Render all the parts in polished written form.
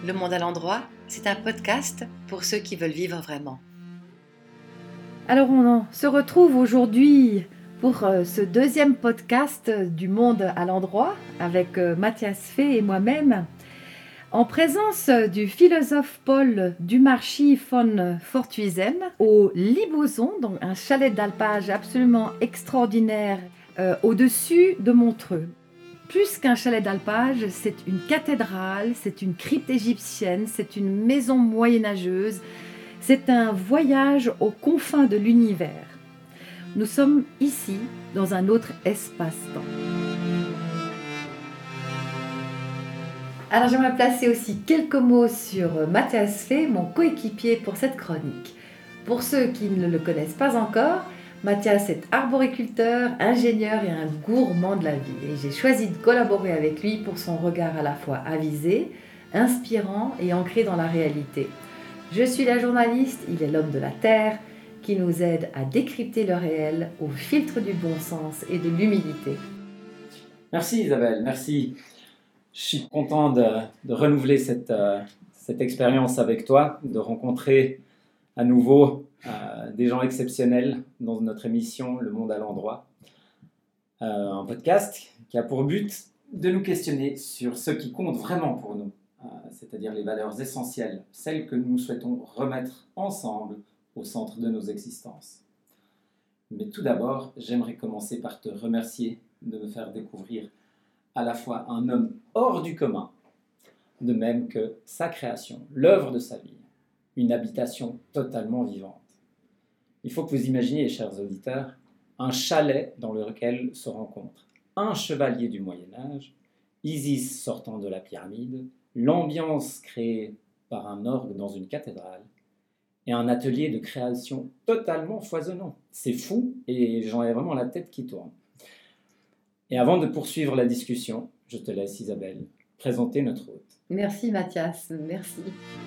Le monde à l'endroit, c'est un podcast pour ceux qui veulent vivre vraiment. Alors on se retrouve aujourd'hui pour ce deuxième podcast du monde à l'endroit avec Mathias Fay et moi-même, en présence du philosophe Paul Dumarchi von Fortuysen au Liboson, donc un chalet d'alpage absolument extraordinaire au-dessus de Montreux. Plus qu'un chalet d'alpage, c'est une cathédrale, c'est une crypte égyptienne, c'est une maison moyenâgeuse, c'est un voyage aux confins de l'univers. Nous sommes ici, dans un autre espace-temps. Alors j'aimerais placer aussi quelques mots sur Mathias Fay, mon coéquipier pour cette chronique. Pour ceux qui ne le connaissent pas encore, Mathias est arboriculteur, ingénieur et un gourmand de la vie. Et j'ai choisi de collaborer avec lui pour son regard à la fois avisé, inspirant et ancré dans la réalité. Je suis la journaliste, il est l'homme de la Terre, qui nous aide à décrypter le réel au filtre du bon sens et de l'humilité. Merci Isabelle, merci. Je suis content de renouveler cette expérience avec toi, de rencontrer à nouveau des gens exceptionnels dans notre émission Le Monde à l'Endroit. Un podcast qui a pour but de nous questionner sur ce qui compte vraiment pour nous, c'est-à-dire les valeurs essentielles, celles que nous souhaitons remettre ensemble au centre de nos existences. Mais tout d'abord, j'aimerais commencer par te remercier de me faire découvrir à la fois un homme hors du commun, de même que sa création, l'œuvre de sa vie, une habitation totalement vivante. Il faut que vous imaginiez, chers auditeurs, un chalet dans lequel se rencontrent un chevalier du Moyen-Âge, Isis sortant de la pyramide, l'ambiance créée par un orgue dans une cathédrale, et un atelier de création totalement foisonnant. C'est fou, et j'en ai vraiment la tête qui tourne. Et avant de poursuivre la discussion, je te laisse, Isabelle, présenter notre hôte. Merci Mathias, merci.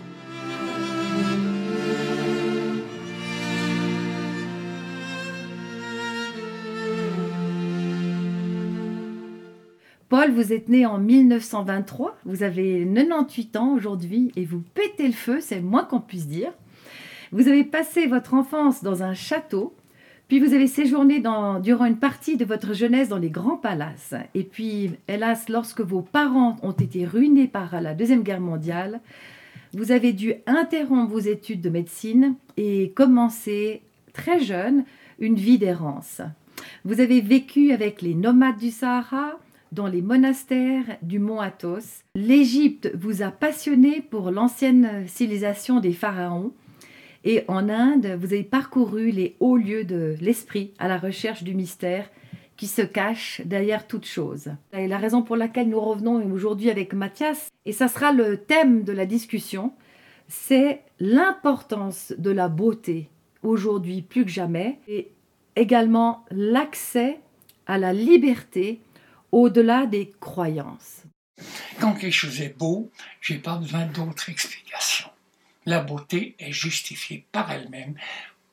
Paul, vous êtes né en 1923, vous avez 98 ans aujourd'hui et vous pétez le feu, c'est le moins qu'on puisse dire. Vous avez passé votre enfance dans un château, puis vous avez séjourné durant une partie de votre jeunesse dans les grands palaces. Et puis, hélas, lorsque vos parents ont été ruinés par la Deuxième Guerre mondiale, vous avez dû interrompre vos études de médecine et commencer très jeune une vie d'errance. Vous avez vécu avec les nomades du Sahara, dans les monastères du mont Athos. L'Égypte vous a passionné pour l'ancienne civilisation des pharaons. Et en Inde, vous avez parcouru les hauts lieux de l'esprit à la recherche du mystère qui se cache derrière toute chose. Et la raison pour laquelle nous revenons aujourd'hui avec Mathias, et ça sera le thème de la discussion, c'est l'importance de la beauté aujourd'hui plus que jamais, et également l'accès à la liberté au-delà des croyances. Quand quelque chose est beau, je n'ai pas besoin d'autres explications. La beauté est justifiée par elle-même. Pourquoi ?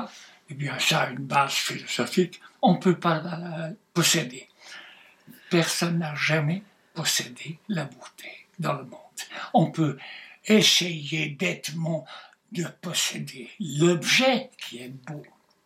Eh bien, ça a une base philosophique. On ne peut pas la posséder. Personne n'a jamais possédé la beauté dans le monde. On peut essayer bêtement de posséder l'objet qui est beau,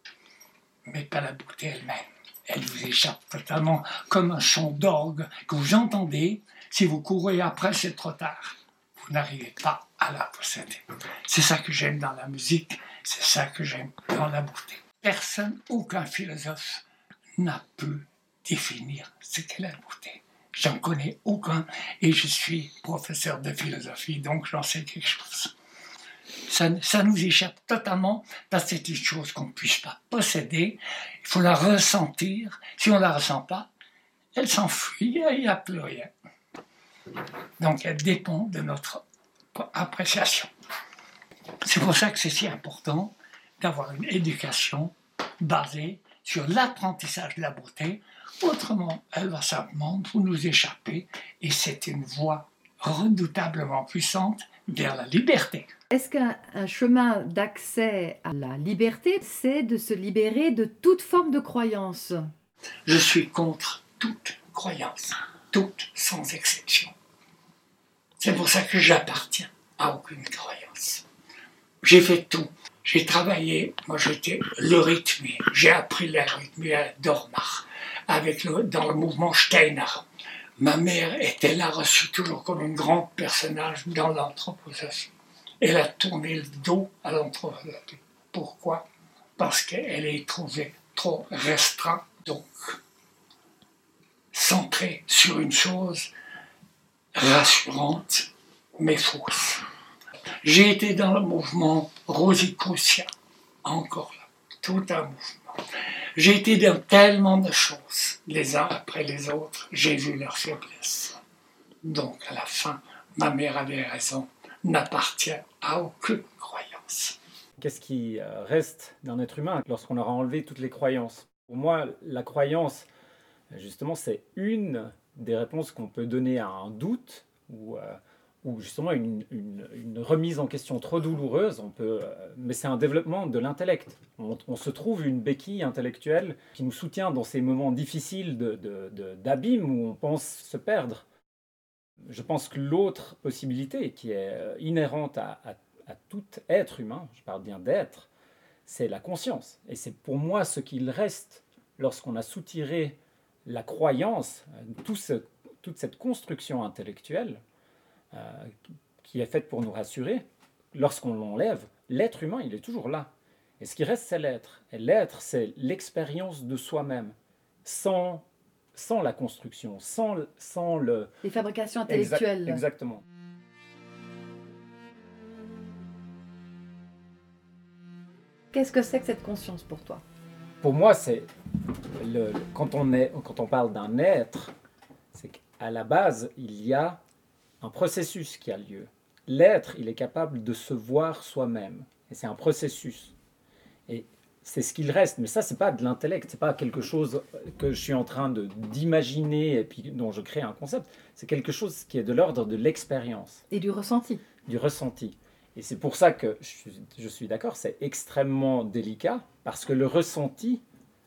mais pas la beauté elle-même. Elle vous échappe totalement comme un son d'orgue que vous entendez. Si vous courez après, c'est trop tard. Vous n'arrivez pas à la posséder. C'est ça que j'aime dans la musique, c'est ça que j'aime dans la beauté. Personne, aucun philosophe n'a pu définir ce qu'est la beauté. J'en connais aucun et je suis professeur de philosophie, donc j'en sais quelque chose. Ça nous échappe totalement parce que c'est une chose qu'on ne puisse pas posséder. Il faut la ressentir. Si on ne la ressent pas, elle s'enfuit, il n'y a plus rien. Donc elle dépend de notre appréciation. C'est pour ça que c'est si important d'avoir une éducation basée sur l'apprentissage de la beauté. Autrement, elle va simplement nous échapper et c'est une voie redoutablement puissante vers la liberté. Est-ce qu'un chemin d'accès à la liberté, c'est de se libérer de toute forme de croyance ? Je suis contre toute croyance, toute sans exception. C'est pour ça que j'appartiens à aucune croyance. J'ai fait tout. J'ai travaillé, moi j'étais l'eurythmie. J'ai appris l'eurythmie à Dormar, dans le mouvement Steiner. Ma mère était là, reçue toujours comme un grand personnage dans l'anthroposophie. Elle a tourné le dos à l'anthroposophie. Pourquoi? Parce qu'elle est trouvée trop restreinte, donc centrée sur une chose rassurante, mais fausse. J'ai été dans le mouvement Rosicrucien, encore là, tout un mouvement. J'ai été dans tellement de choses, les uns après les autres, j'ai vu leur faiblesse. Donc à la fin, ma mère avait raison, n'appartient à aucune croyance. Qu'est-ce qui reste d'un être humain lorsqu'on aura enlevé toutes les croyances? Pour moi, la croyance, justement, c'est une des réponses qu'on peut donner à un doute ou justement une remise en question trop douloureuse. Mais c'est un développement de l'intellect. On se trouve une béquille intellectuelle qui nous soutient dans ces moments difficiles d'abîme où on pense se perdre. Je pense que l'autre possibilité qui est inhérente à tout être humain, je parle bien d'être, c'est la conscience. Et c'est pour moi ce qu'il reste lorsqu'on a soutiré la croyance, toute cette construction intellectuelle qui est faite pour nous rassurer. Lorsqu'on l'enlève, l'être humain, il est toujours là. Et ce qui reste, c'est l'être. Et l'être, c'est l'expérience de soi-même, sans la construction, sans le... Les fabrications intellectuelles. Exactement. Qu'est-ce que c'est que cette conscience pour toi? Pour moi, c'est quand on parle d'un être, c'est qu'à la base, il y a un processus qui a lieu. L'être, il est capable de se voir soi-même. Et c'est un processus. Et c'est ce qu'il reste. Mais ça, c'est pas de l'intellect. C'est pas quelque chose que je suis en train d'imaginer et puis dont je crée un concept. C'est quelque chose qui est de l'ordre de l'expérience. Et du ressenti. Du ressenti. Et c'est pour ça que je suis d'accord, c'est extrêmement délicat, parce que le ressenti,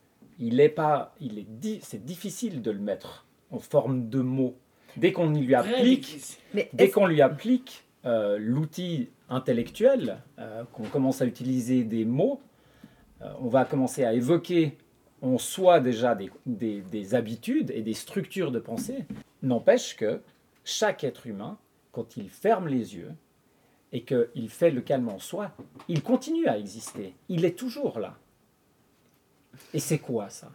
c'est difficile de le mettre en forme de mots. Dès qu'on lui applique l'outil intellectuel, qu'on commence à utiliser des mots, on va commencer à évoquer en soi déjà des habitudes et des structures de pensée. N'empêche que chaque être humain, quand il ferme les yeux, et qu'il fait le calme en soi, il continue à exister. Il est toujours là. Et c'est quoi ça?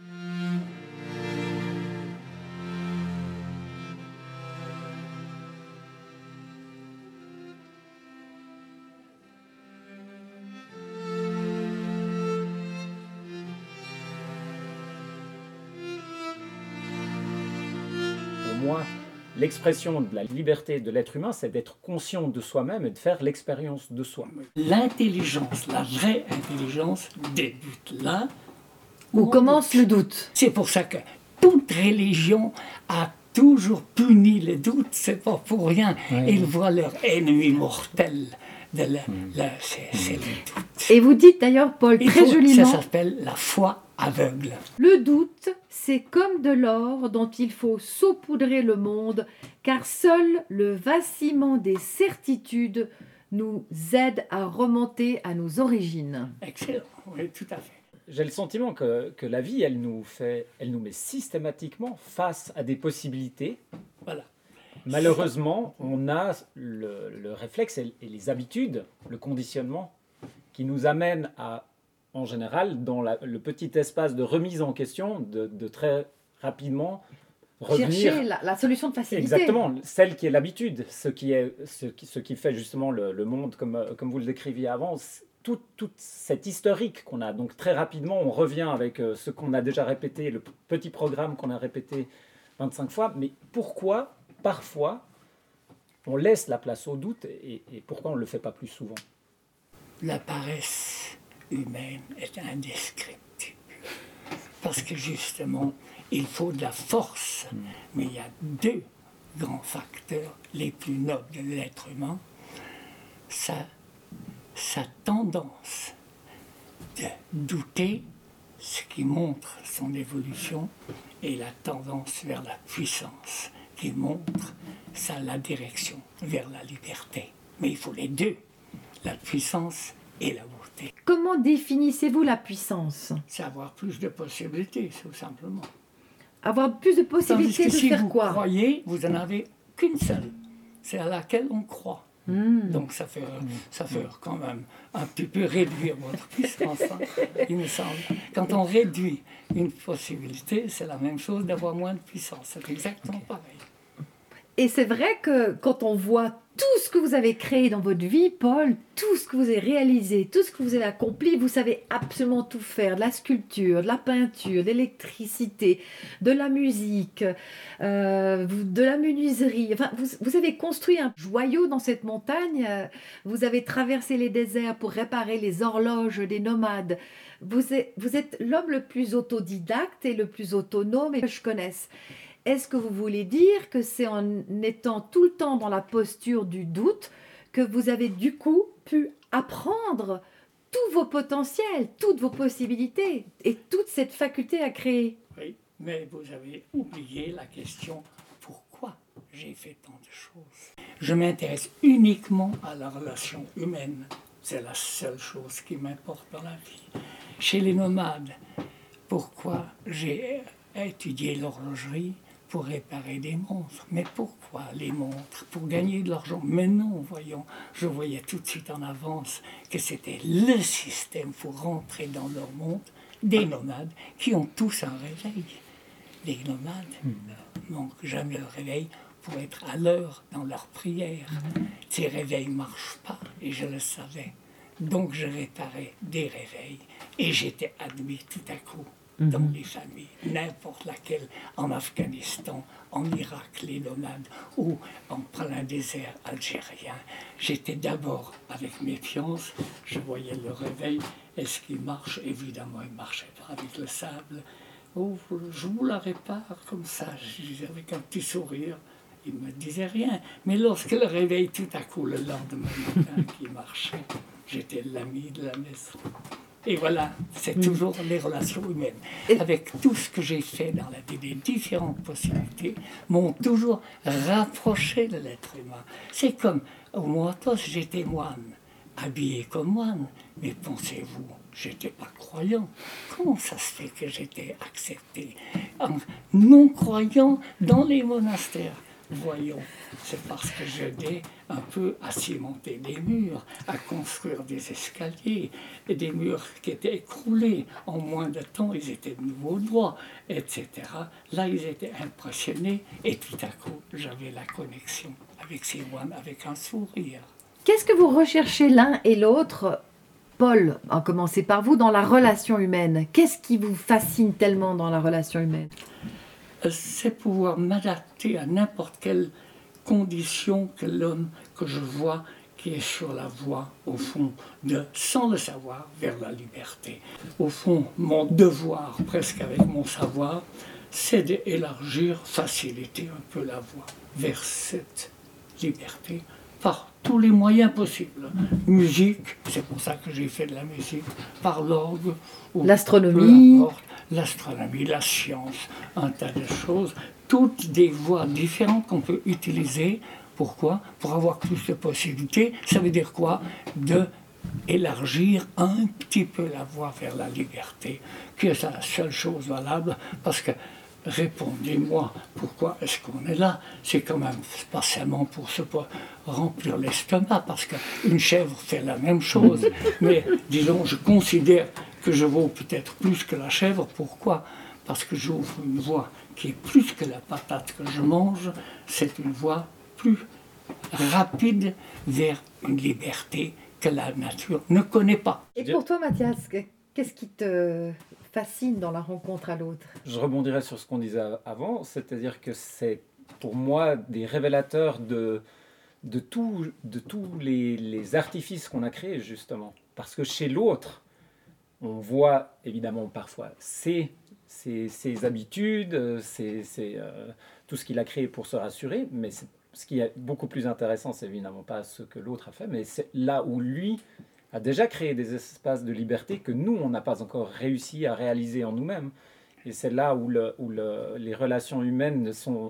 Pour moi, l'expression de la liberté de l'être humain, c'est d'être conscient de soi-même et de faire l'expérience de soi. L'intelligence, la vraie intelligence, débute là. Où commence le doute. C'est pour ça que toute religion a toujours puni le doute, c'est pas pour rien. Oui. Ils voient leur ennemi mortel. C'est le doute. Et vous dites d'ailleurs, Paul, très joliment... Ça s'appelle la foi aveugle. Le doute, c'est comme de l'or dont il faut saupoudrer le monde, car seul le vacillement des certitudes nous aide à remonter à nos origines. Excellent, oui, tout à fait. J'ai le sentiment que la vie, elle nous met systématiquement face à des possibilités. Voilà. Malheureusement, on a le réflexe et les habitudes, le conditionnement, qui nous amènent à, en général, dans le petit espace de remise en question, de très rapidement revenir... Chercher la solution de facilité. Exactement, celle qui est l'habitude, ce qui fait justement le monde, comme vous le décriviez avant, toute cette historique qu'on a. Donc très rapidement, on revient avec ce qu'on a déjà répété, le petit programme qu'on a répété 25 fois. Mais pourquoi, parfois, on laisse la place au doute et pourquoi on ne le fait pas plus souvent? La paresse humaine est indescriptible. Parce que justement, il faut de la force. Mais il y a deux grands facteurs les plus nobles de l'être humain. Sa tendance de douter, ce qui montre son évolution, et la tendance vers la puissance, qui montre ça a la direction vers la liberté. Mais il faut les deux, la puissance et la beauté. Comment définissez-vous la puissance? C'est avoir plus de possibilités, tout simplement. Avoir plus de Tandis possibilités que de si faire vous quoi? croyez, vous n'en avez qu'une seule. C'est à laquelle on croit. Donc ça fait quand même un petit peu réduire votre puissance, hein, il me semble. Quand on réduit une possibilité, c'est la même chose d'avoir moins de puissance. C'est exactement pareil. Et c'est vrai que quand on voit tout ce que vous avez créé dans votre vie, Paul, tout ce que vous avez réalisé, tout ce que vous avez accompli, vous savez absolument tout faire, de la sculpture, de la peinture, de l'électricité, de la musique, de la menuiserie. Enfin, vous avez construit un joyau dans cette montagne, vous avez traversé les déserts pour réparer les horloges des nomades. Vous êtes l'homme le plus autodidacte et le plus autonome que je connaisse. Est-ce que vous voulez dire que c'est en étant tout le temps dans la posture du doute que vous avez du coup pu apprendre tous vos potentiels, toutes vos possibilités et toute cette faculté à créer? Oui, mais vous avez oublié la question pourquoi j'ai fait tant de choses. Je m'intéresse uniquement à la relation humaine. C'est la seule chose qui m'importe dans la vie. Chez les nomades, pourquoi j'ai étudié l'horlogerie? Pour réparer des montres. Mais pourquoi les montres? Pour gagner de l'argent? Mais non, voyons, je voyais tout de suite en avance que c'était le système pour rentrer dans leur monde des nomades qui ont tous un réveil. Les nomades ne manquent jamais le réveil pour être à l'heure dans leur prière. Ces réveils ne marchent pas et je le savais. Donc je réparais des réveils et j'étais admis tout à coup dans les familles, n'importe laquelle, en Afghanistan, en Irak, les nomades, ou en plein désert algérien. J'étais d'abord avec méfiance, je voyais le réveil, est-ce qu'il marche? Évidemment, il ne marchait pas avec le sable. Oh, je vous la répare comme ça, je disais avec un petit sourire. Il ne me disait rien. Mais lorsque le réveil, tout à coup, le lendemain matin, qui marchait, j'étais l'ami de la maison. Et voilà, c'est toujours les relations humaines. Avec tout ce que j'ai fait dans la vie, les différentes possibilités m'ont toujours rapproché de l'être humain. C'est comme, au Moatos, j'étais moine, habillé comme moine. Mais pensez-vous, j'étais pas croyant. Comment ça se fait que j'étais accepté en non-croyant dans les monastères? Voyons, c'est parce que j'aidais un peu à cimenter des murs, à construire des escaliers, et des murs qui étaient écroulés. En moins de temps, ils étaient de nouveau droits, etc. Là, ils étaient impressionnés, et tout à coup, j'avais la connexion avec ces moines, avec un sourire. Qu'est-ce que vous recherchez l'un et l'autre, Paul, à commencer par vous, dans la relation humaine? Qu'est-ce qui vous fascine tellement dans la relation humaine? C'est pouvoir m'adapter à n'importe quelle condition que l'homme que je vois qui est sur la voie, au fond, sans le savoir, vers la liberté. Au fond, mon devoir, presque avec mon savoir, c'est d'élargir, faciliter un peu la voie vers cette liberté par tous les moyens possibles. Musique, c'est pour ça que j'ai fait de la musique, par l'orgue, ou l'astronomie, l'astronomie, la science, un tas de choses, toutes des voies différentes qu'on peut utiliser. Pourquoi? Pour avoir plus de possibilités. Ça veut dire quoi? D'élargir un petit peu la voie vers la liberté, qui est la seule chose valable, parce que répondez-moi, pourquoi est-ce qu'on est là? C'est quand même pas seulement pour se remplir l'estomac, parce qu'une chèvre fait la même chose. Mais disons, je considère que je vaux peut-être plus que la chèvre. Pourquoi? Parce que j'ouvre une voie qui est plus que la patate que je mange. C'est une voie plus rapide vers une liberté que la nature ne connaît pas. Et pour toi, Mathias, qu'est-ce qui te fascine dans la rencontre à l'autre? Je rebondirai sur ce qu'on disait avant, c'est-à-dire que c'est pour moi des révélateurs de tous les artifices qu'on a créés, justement. Parce que chez l'autre, on voit évidemment parfois ses habitudes, tout ce qu'il a créé pour se rassurer, mais ce qui est beaucoup plus intéressant, c'est évidemment pas ce que l'autre a fait, mais c'est là où lui a déjà créé des espaces de liberté que nous, on n'a pas encore réussi à réaliser en nous-mêmes. Et c'est là où les relations humaines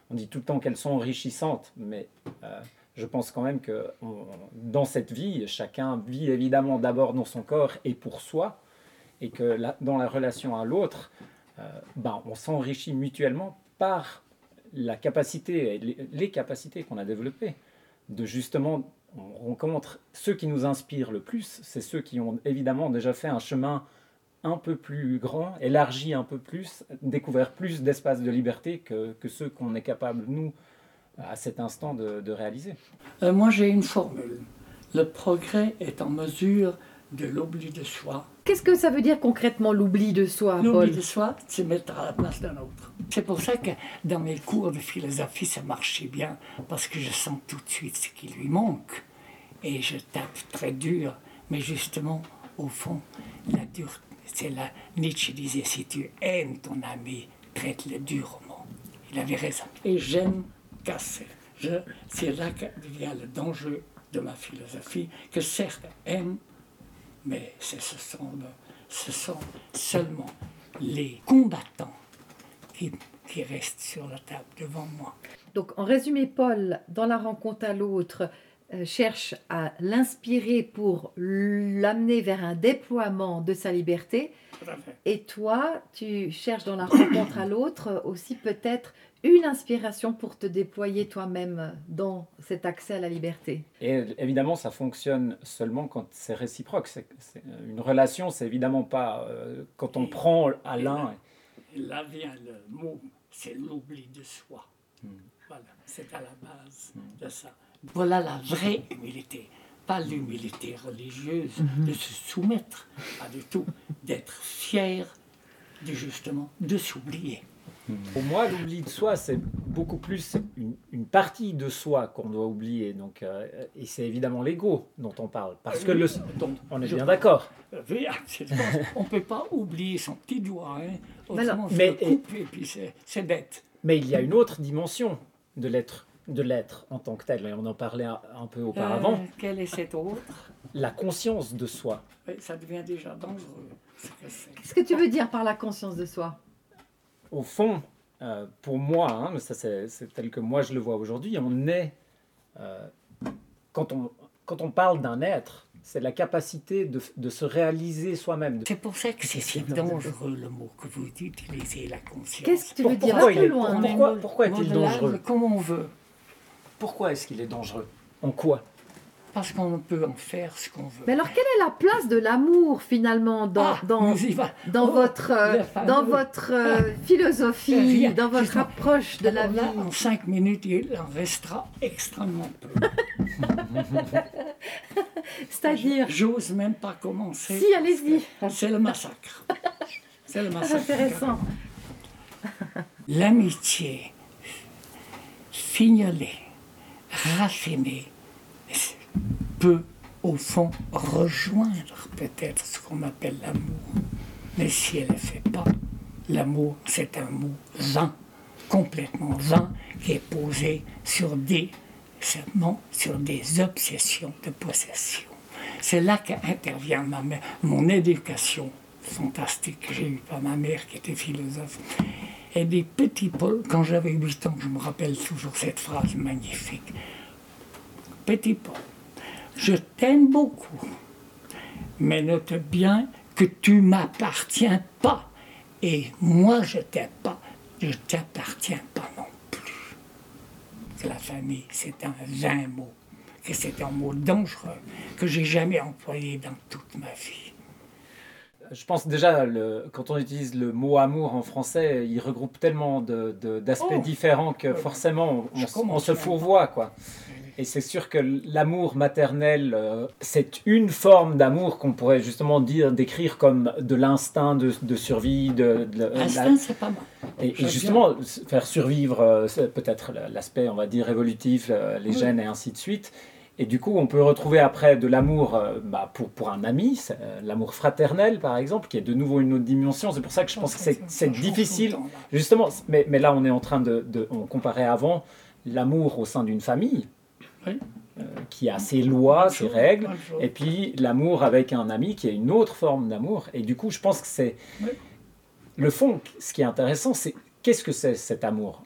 on dit tout le temps qu'elles sont enrichissantes, mais je pense quand même que dans cette vie, chacun vit évidemment d'abord dans son corps et pour soi, et que dans la relation à l'autre, on s'enrichit mutuellement par la capacité, les capacités qu'on a développées, de justement, on rencontre ceux qui nous inspirent le plus, c'est ceux qui ont évidemment déjà fait un chemin un peu plus grand, élargi un peu plus, découvert plus d'espace de liberté que ceux qu'on est capable, nous, à cet instant, de réaliser. Moi, j'ai une formule. Le progrès est en mesure de l'oubli de soi. Qu'est-ce que ça veut dire concrètement l'oubli de soi, Paul? L'oubli de soi, c'est mettre à la place d'un autre. C'est pour ça que dans mes cours de philosophie, ça marchait bien, parce que je sens tout de suite ce qui lui manque. Et je tape très dur, mais justement, au fond, la dureté, c'est là, Nietzsche disait, si tu aimes ton ami, traite-le durement. Il avait raison. Et j'aime casser. C'est là que vient le danger de ma philosophie, que certes aime, mais ce sont seulement les combattants qui restent sur la table devant moi. Donc, en résumé, Paul, dans la rencontre à l'autre, cherche à l'inspirer pour l'amener vers un déploiement de sa liberté. Tout à fait. Et toi, tu cherches dans la rencontre à l'autre aussi peut-être une inspiration pour te déployer toi-même dans cet accès à la liberté. Et évidemment, ça fonctionne seulement quand c'est réciproque. Une relation, c'est évidemment pas quand on prend à l'un. Et là vient le mot, c'est l'oubli de soi. Voilà, c'est à la base de ça. Voilà la vraie humilité, pas l'humilité religieuse de se soumettre, pas du tout, d'être fier de s'oublier. Pour moi, l'oubli de soi, c'est beaucoup plus une partie de soi qu'on doit oublier. Donc, et c'est évidemment l'ego dont on parle. Parce que on est bien d'accord. Oui, absolument. On ne peut pas oublier son petit doigt. Hein. Autrement, mais, je le coupe et puis c'est bête. Mais il y a une autre dimension de l'être en tant que tel. Et on en parlait un peu auparavant. Quelle est cette autre? La conscience de soi. Oui, ça devient déjà dangereux. Qu'est-ce que tu veux dire par la conscience de soi? Au fond, pour moi, ça c'est tel que moi je le vois aujourd'hui, on est, quand on parle d'un être, c'est la capacité de se réaliser soi-même. C'est pour ça que c'est si dangereux le mot que vous utilisez, la conscience. Qu'est-ce que tu veux dire? Un peu loin. Pourquoi est-il dangereux? Comme on veut. Pourquoi est-ce qu'il est dangereux? En quoi? Parce qu'on peut en faire ce qu'on veut. Mais alors, quelle est la place de l'amour finalement dans votre philosophie, dans votre approche de la vie? En 5 minutes, il en restera extrêmement peu. C'est-à-dire? J'ose même pas commencer. Si, allez-y. C'est le massacre. C'est le massacre. Intéressant. L'amitié fignolée, raffinée, peut, au fond, rejoindre peut-être ce qu'on appelle l'amour. Mais si elle ne le fait pas, l'amour, c'est un mot vain, complètement vain, qui est posé seulement sur des obsessions de possession. C'est là qu'intervient mon éducation fantastique que j'ai eue par ma mère, qui était philosophe. Et des petits Paul, quand j'avais 8 ans, je me rappelle toujours cette phrase magnifique. Petit Paul, je t'aime beaucoup, mais note bien que tu m'appartiens pas. Et moi, je t'aime pas, je t'appartiens pas non plus. Que la famille, c'est un vain mot, que c'est un mot dangereux, que j'ai jamais employé dans toute ma vie. Je pense déjà, quand on utilise le mot amour en français, il regroupe tellement d'aspects différents que forcément on se fourvoie, quoi. Et c'est sûr que l'amour maternel, c'est une forme d'amour qu'on pourrait justement décrire comme de l'instinct de survie. L'instinct, c'est pas mal. Et justement, faire survivre, c'est peut-être l'aspect, on va dire, évolutif, les gènes et ainsi de suite. Et du coup, on peut retrouver après de l'amour pour un ami, l'amour fraternel par exemple, qui est de nouveau une autre dimension. C'est pour ça que je pense que c'est difficile. Justement, mais là, on est en train on comparait avant l'amour au sein d'une famille. Oui. Qui a ses lois, ses règles, et puis l'amour avec un ami qui est une autre forme d'amour. Et du coup, je pense que c'est... Oui. Le fond, ce qui est intéressant, c'est qu'est-ce que c'est cet amour?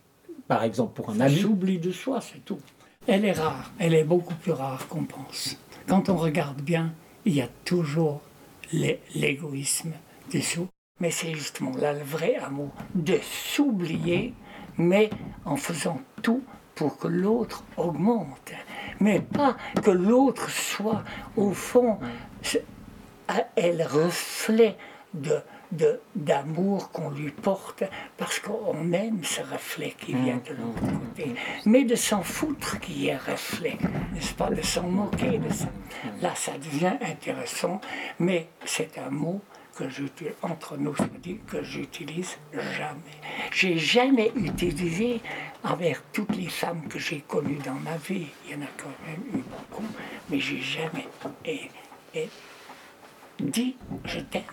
par exemple pour un ami. S'oublie de soi, c'est tout. Elle est rare, elle est beaucoup plus rare qu'on pense. Quand on regarde bien, il y a toujours l'égoïsme dessous. Mais c'est justement là le vrai amour, de s'oublier, mais en faisant tout pour que l'autre augmente. Mais pas que l'autre soit, au fond, elle reflet d'amour qu'on lui porte, parce qu'on aime ce reflet qui vient de l'autre côté. Mais de s'en foutre qu'il y ait reflet, n'est-ce pas, de s'en moquer de ça. Là, ça devient intéressant, mais c'est un mot que j'utilise, entre nous, je dis que j'utilise jamais. J'ai jamais utilisé envers toutes les femmes que j'ai connues dans ma vie. Il y en a quand même eu beaucoup, mais j'ai jamais dit je t'aime.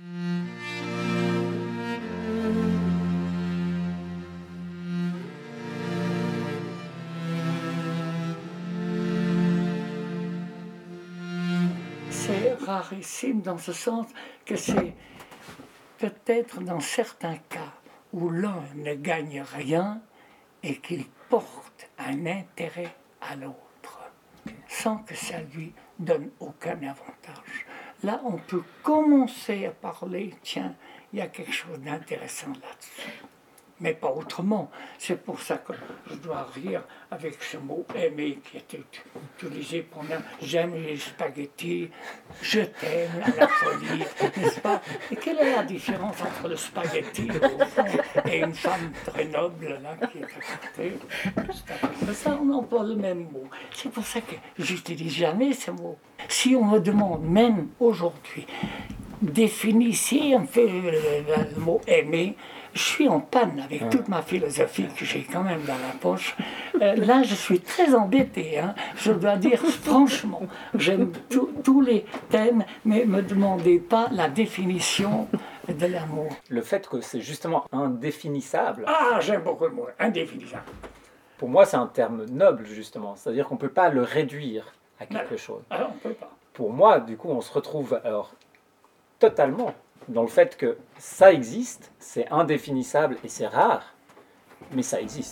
C'est rarissime dans ce sens que c'est peut-être dans certains cas où l'un ne gagne rien et qu'il porte un intérêt à l'autre, sans que ça lui donne aucun avantage. Là, on peut commencer à parler, tiens, il y a quelque chose d'intéressant là-dessus. Mais pas autrement. C'est pour ça que je dois rire avec ce mot aimer qui était utilisé pendant j'aime les spaghettis, je t'aime à la folie, n'est-ce pas? Et quelle est la différence entre le spaghetti au fond, et une femme très noble là qui est à côté? C'est ça, on emploie le même mot. C'est pour ça que j'utilise jamais ce mot. Si on me demande, même aujourd'hui, définissez un peu le mot aimer, je suis en panne avec toute ma philosophie que j'ai quand même dans la poche. Là, je suis très embêté. Je dois dire franchement, j'aime tous les thèmes, mais ne me demandez pas la définition de l'amour. Le fait que c'est justement indéfinissable. Ah, j'aime beaucoup le mot indéfinissable. Pour moi, c'est un terme noble, justement. C'est-à-dire qu'on ne peut pas le réduire à quelque chose. Alors, on ne peut pas. Pour moi, du coup, on se retrouve alors totalement dans le fait que ça existe, c'est indéfinissable et c'est rare, mais ça existe.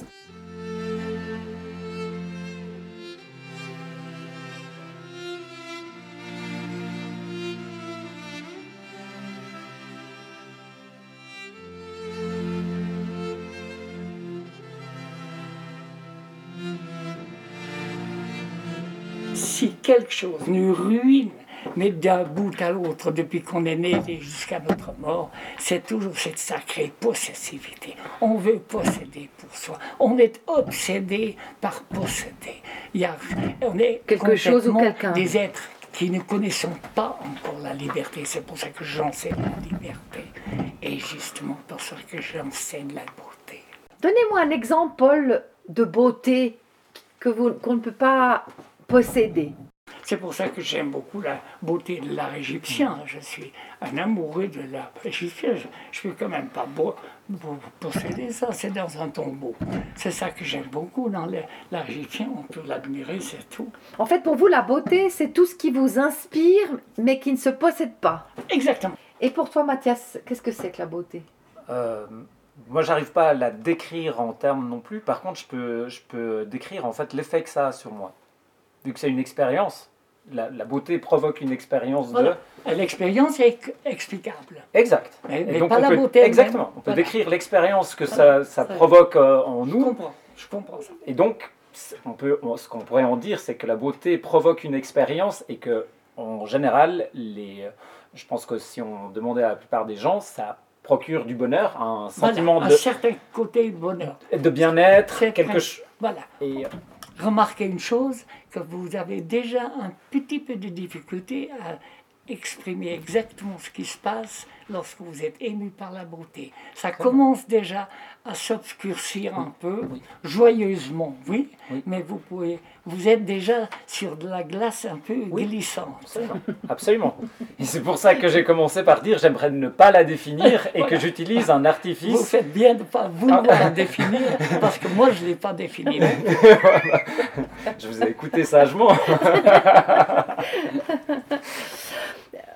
Si quelque chose nous ruine, mais d'un bout à l'autre, depuis qu'on est né et jusqu'à notre mort, c'est toujours cette sacrée possessivité. On veut posséder pour soi. On est obsédé par posséder. On est Quelque chose ou quelqu'un. Des êtres qui ne connaissons pas encore la liberté. C'est pour ça que j'enseigne la liberté. Et justement pour ça que j'enseigne la beauté. Donnez-moi un exemple, Paul, de beauté qu'on ne peut pas posséder. C'est pour ça que j'aime beaucoup la beauté de l'art égyptien. Je suis un amoureux de l'art égyptien. Je ne peux quand même pas posséder ça. C'est dans un tombeau. C'est ça que j'aime beaucoup dans l'art égyptien. On peut l'admirer, c'est tout. En fait, pour vous, la beauté, c'est tout ce qui vous inspire, mais qui ne se possède pas. Exactement. Et pour toi, Mathias, qu'est-ce que c'est que la beauté ? Moi, j'arrive pas à la décrire en termes non plus. Par contre, je peux décrire en fait l'effet que ça a sur moi. Vu que c'est une expérience, la beauté provoque une expérience voilà. L'expérience est explicable. Exact. Mais donc pas la beauté. Exactement. On peut décrire l'expérience que ça provoque en nous. Je comprends ça. Et donc, ce qu'on pourrait en dire, c'est que la beauté provoque une expérience et que, en général, je pense que si on demandait à la plupart des gens, ça procure du bonheur, un sentiment un certain côté de bonheur. De bien-être, quelque chose. Voilà. Et remarquez une chose, que vous avez déjà un petit peu de difficulté à exprimer exactement ce qui se passe lorsque vous êtes ému par la beauté. Ça commence déjà à s'obscurcir un peu, joyeusement, oui. Mais vous êtes déjà sur de la glace un peu glissante. Absolument. Et c'est pour ça que j'ai commencé par dire j'aimerais ne pas la définir et que j'utilise un artifice. Vous faites bien de ne pas vouloir la définir, parce que moi je ne l'ai pas définie. Je vous ai écouté sagement.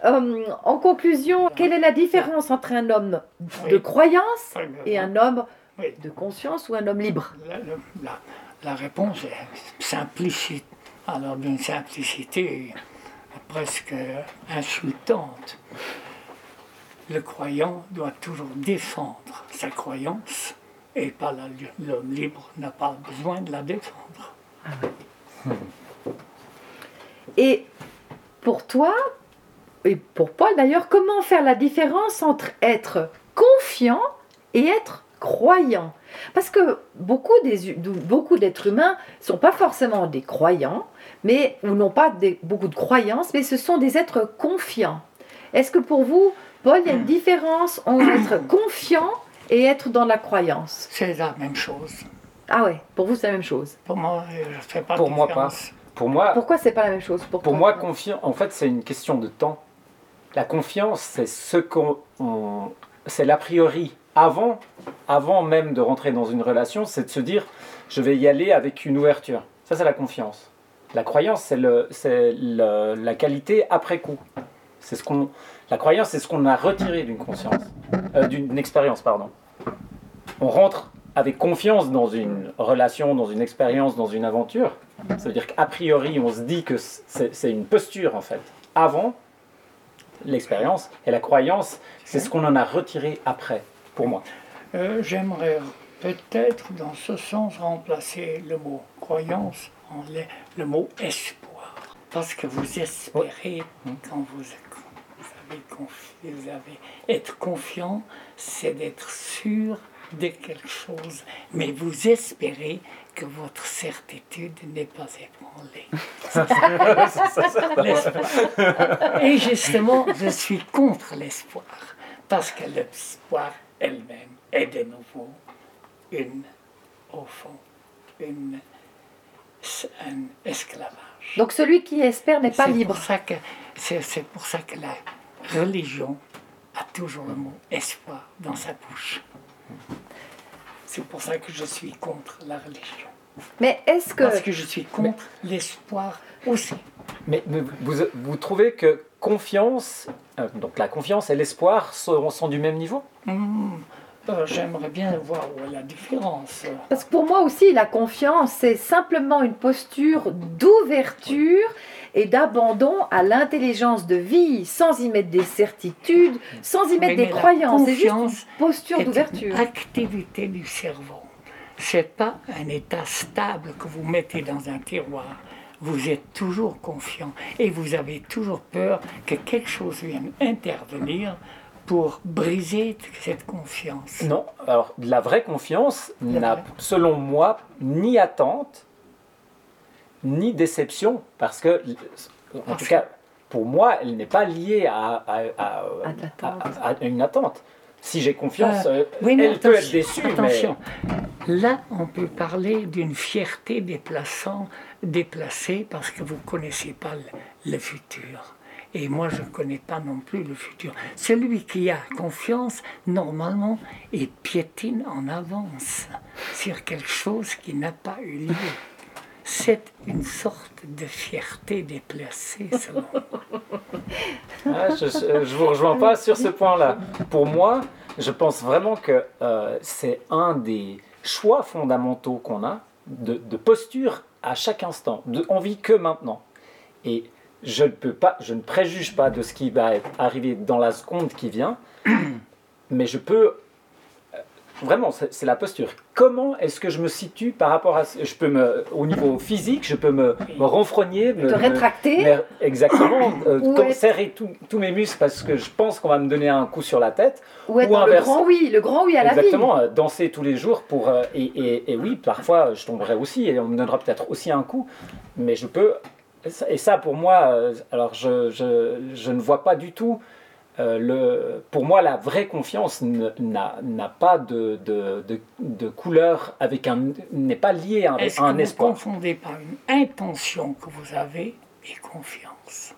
En conclusion, quelle est la différence entre un homme de croyance et un homme Oui. de conscience ou un homme libre? La réponse est simplicite. Alors d'une simplicité presque insultante. Le croyant doit toujours défendre sa croyance et pas l'homme libre n'a pas besoin de la défendre. Et pour toi, et pour Paul d'ailleurs, comment faire la différence entre être confiant et être croyant? Parce que beaucoup d'êtres humains ne sont pas forcément des croyants, ou n'ont pas beaucoup de croyances, mais ce sont des êtres confiants. Est-ce que pour vous, Paul, il y a une différence entre être confiant et être dans la croyance? C'est la même chose. Ah ouais, pour vous c'est la même chose. Pour moi, je ne fais pas de Pour moi, pas. différence. Pour moi, Pourquoi c'est pas la même chose? pour moi, confiance, en fait, c'est une question de temps. La confiance, c'est c'est l'a priori. Avant même de rentrer dans une relation, c'est de se dire, je vais y aller avec une ouverture. Ça, c'est la confiance. La croyance, c'est la qualité après coup. La croyance, c'est ce qu'on a retiré d'une conscience, d'une expérience, pardon. On rentre avec confiance dans une relation, dans une expérience, dans une aventure. Ça veut dire qu'a priori, on se dit que c'est une posture, en fait, avant l'expérience. Et la croyance, c'est ce qu'on en a retiré après, pour moi. J'aimerais peut-être dans ce sens remplacer le mot croyance en le mot espoir. Parce que vous espérez quand vous avez être confiant, c'est d'être sûr de quelque chose, mais vous espérez que votre certitude n'est pas ébranlée. Et justement, je suis contre l'espoir, parce que l'espoir elle-même est de nouveau au fond, un esclavage. Donc celui qui espère n'est pas libre. C'est pour ça que la religion a toujours le mot espoir dans sa bouche. C'est pour ça que je suis contre la religion. Mais est-ce que... Parce que je suis contre l'espoir aussi. Mais vous trouvez que confiance, donc la confiance et l'espoir sont du même niveau? J'aimerais bien voir où est la différence. Parce que pour moi aussi, la confiance, c'est simplement une posture d'ouverture et d'abandon à l'intelligence de vie, sans y mettre des certitudes, sans y mettre des croyances. C'est juste une posture d'ouverture. C'est une activité du cerveau. Ce n'est pas un état stable que vous mettez dans un tiroir. Vous êtes toujours confiant et vous avez toujours peur que quelque chose vienne intervenir pour briser cette confiance. Non, alors la vraie confiance n'a, selon moi, ni attente, ni déception, parce que, en tout cas, pour moi, elle n'est pas liée à une attente. Si j'ai confiance, elle peut être déçue. Attention, là, on peut parler d'une fierté déplacée parce que vous ne connaissez pas le futur. Et moi, je ne connais pas non plus le futur. Celui qui a confiance, normalement, il piétine en avance sur quelque chose qui n'a pas eu lieu. C'est une sorte de fierté déplacée, selon moi. Je ne vous rejoins pas sur ce point-là. Pour moi, je pense vraiment que c'est un des choix fondamentaux qu'on a, de posture à chaque instant. On vit que maintenant. Et je ne préjuge pas de ce qui va arriver dans la seconde qui vient, mais je peux... Vraiment, c'est la posture. Comment est-ce que je me situe par rapport à... au niveau physique, je peux me renfrogner, te rétracter. Exactement, serrer tous mes muscles parce que je pense qu'on va me donner un coup sur la tête. Ou être dans le grand oui à la vie. Exactement, danser tous les jours pour... Et oui, parfois, je tomberai aussi et on me donnera peut-être aussi un coup, mais je peux... Et ça, pour moi, alors je ne vois pas du tout... pour moi, la vraie confiance n'a pas de couleur, n'est pas liée à un espoir. Est-ce que vous ne confondez pas une intention que vous avez et confiance?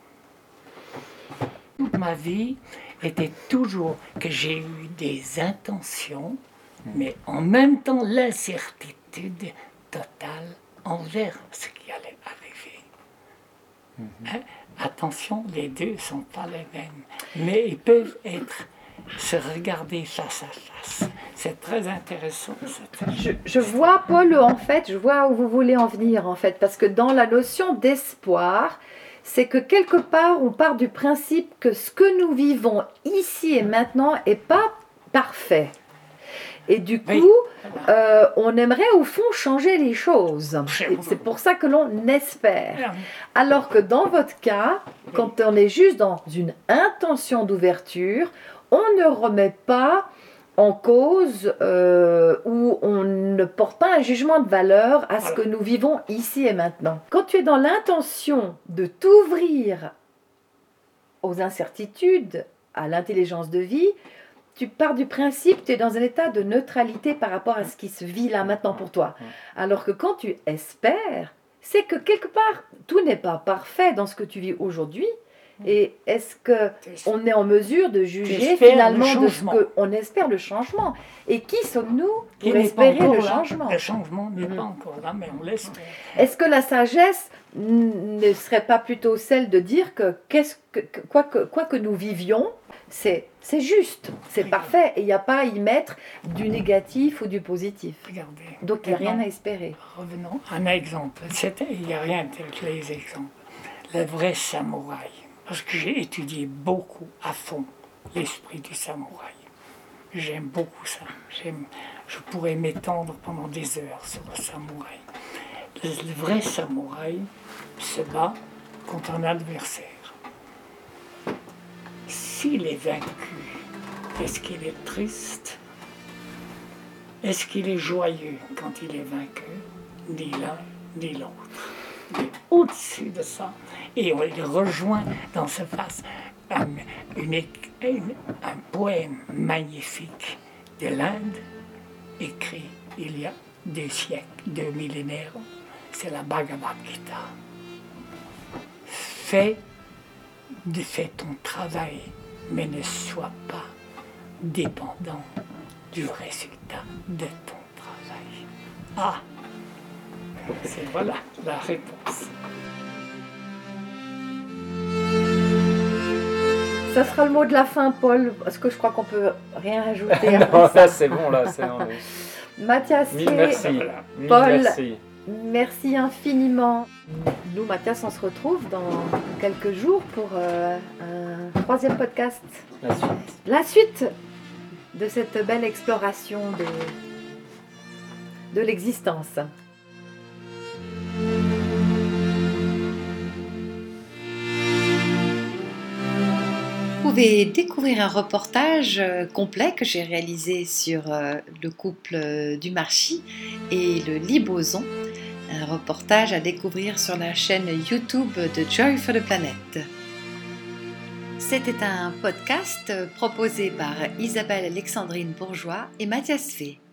Toute ma vie était toujours que j'ai eu des intentions, mais en même temps l'incertitude totale envers ce qui allait arriver. Attention, les deux ne sont pas les mêmes, mais ils peuvent se regarder face à face. C'est très intéressant. Je vois, Paul, en fait, je vois où vous voulez en venir, en fait, parce que dans la notion d'espoir, c'est que quelque part, on part du principe que ce que nous vivons ici et maintenant n'est pas parfait. Et du coup, on aimerait au fond changer les choses. Et c'est pour ça que l'on espère. Alors que dans votre cas, quand on est juste dans une intention d'ouverture, on ne remet pas en cause ou on ne porte pas un jugement de valeur à ce que nous vivons ici et maintenant. Quand tu es dans l'intention de t'ouvrir aux incertitudes, à l'intelligence de vie, tu pars du principe que tu es dans un état de neutralité par rapport à ce qui se vit là maintenant pour toi. Alors que quand tu espères, c'est que quelque part, tout n'est pas parfait dans ce que tu vis aujourd'hui. Et est-ce qu'on est en mesure de juger finalement de ce qu'on espère le changement? Et qui sommes-nous pour espérer le changement? Le changement n'est pas encore là, mais on l'espère. Est-ce que la sagesse ne serait pas plutôt celle de dire que quoi que nous vivions, c'est juste, c'est parfait, et il n'y a pas à y mettre du négatif ou du positif. Regardez. Donc il n'y a rien à espérer. Revenons à un exemple. Il n'y a rien tel que les exemples. Le vrai samouraï. Parce que j'ai étudié beaucoup à fond l'esprit du samouraï. J'aime beaucoup ça. Je pourrais m'étendre pendant des heures sur le samouraï. Le vrai samouraï se bat contre un adversaire. S'il est vaincu, est-ce qu'il est triste? Est-ce qu'il est joyeux quand il est vaincu? Ni l'un ni l'autre. Il est au-dessus de ça. Et on le rejoint dans ce face un poème magnifique de l'Inde, écrit il y a 2 siècles, 2 millénaires. C'est la Bhagavad Gita. Fais ton travail, mais ne sois pas dépendant du résultat de ton travail. Ah, c'est voilà la réponse. Ça sera le mot de la fin, Paul, parce que je crois qu'on peut rien rajouter. Non, là c'est bon, là c'est bon. Mathias, Mille merci. Paul, Merci. Merci infiniment. Nous, Mathias, on se retrouve dans quelques jours pour un 3e podcast. La suite de cette belle exploration de l'existence. Vous pouvez découvrir un reportage complet que j'ai réalisé sur le couple Dumarchi et le Liboson. Un reportage à découvrir sur la chaîne YouTube de Joy for the Planet. C'était un podcast proposé par Isabelle Alexandrine Bourgeois et Mathias Fay.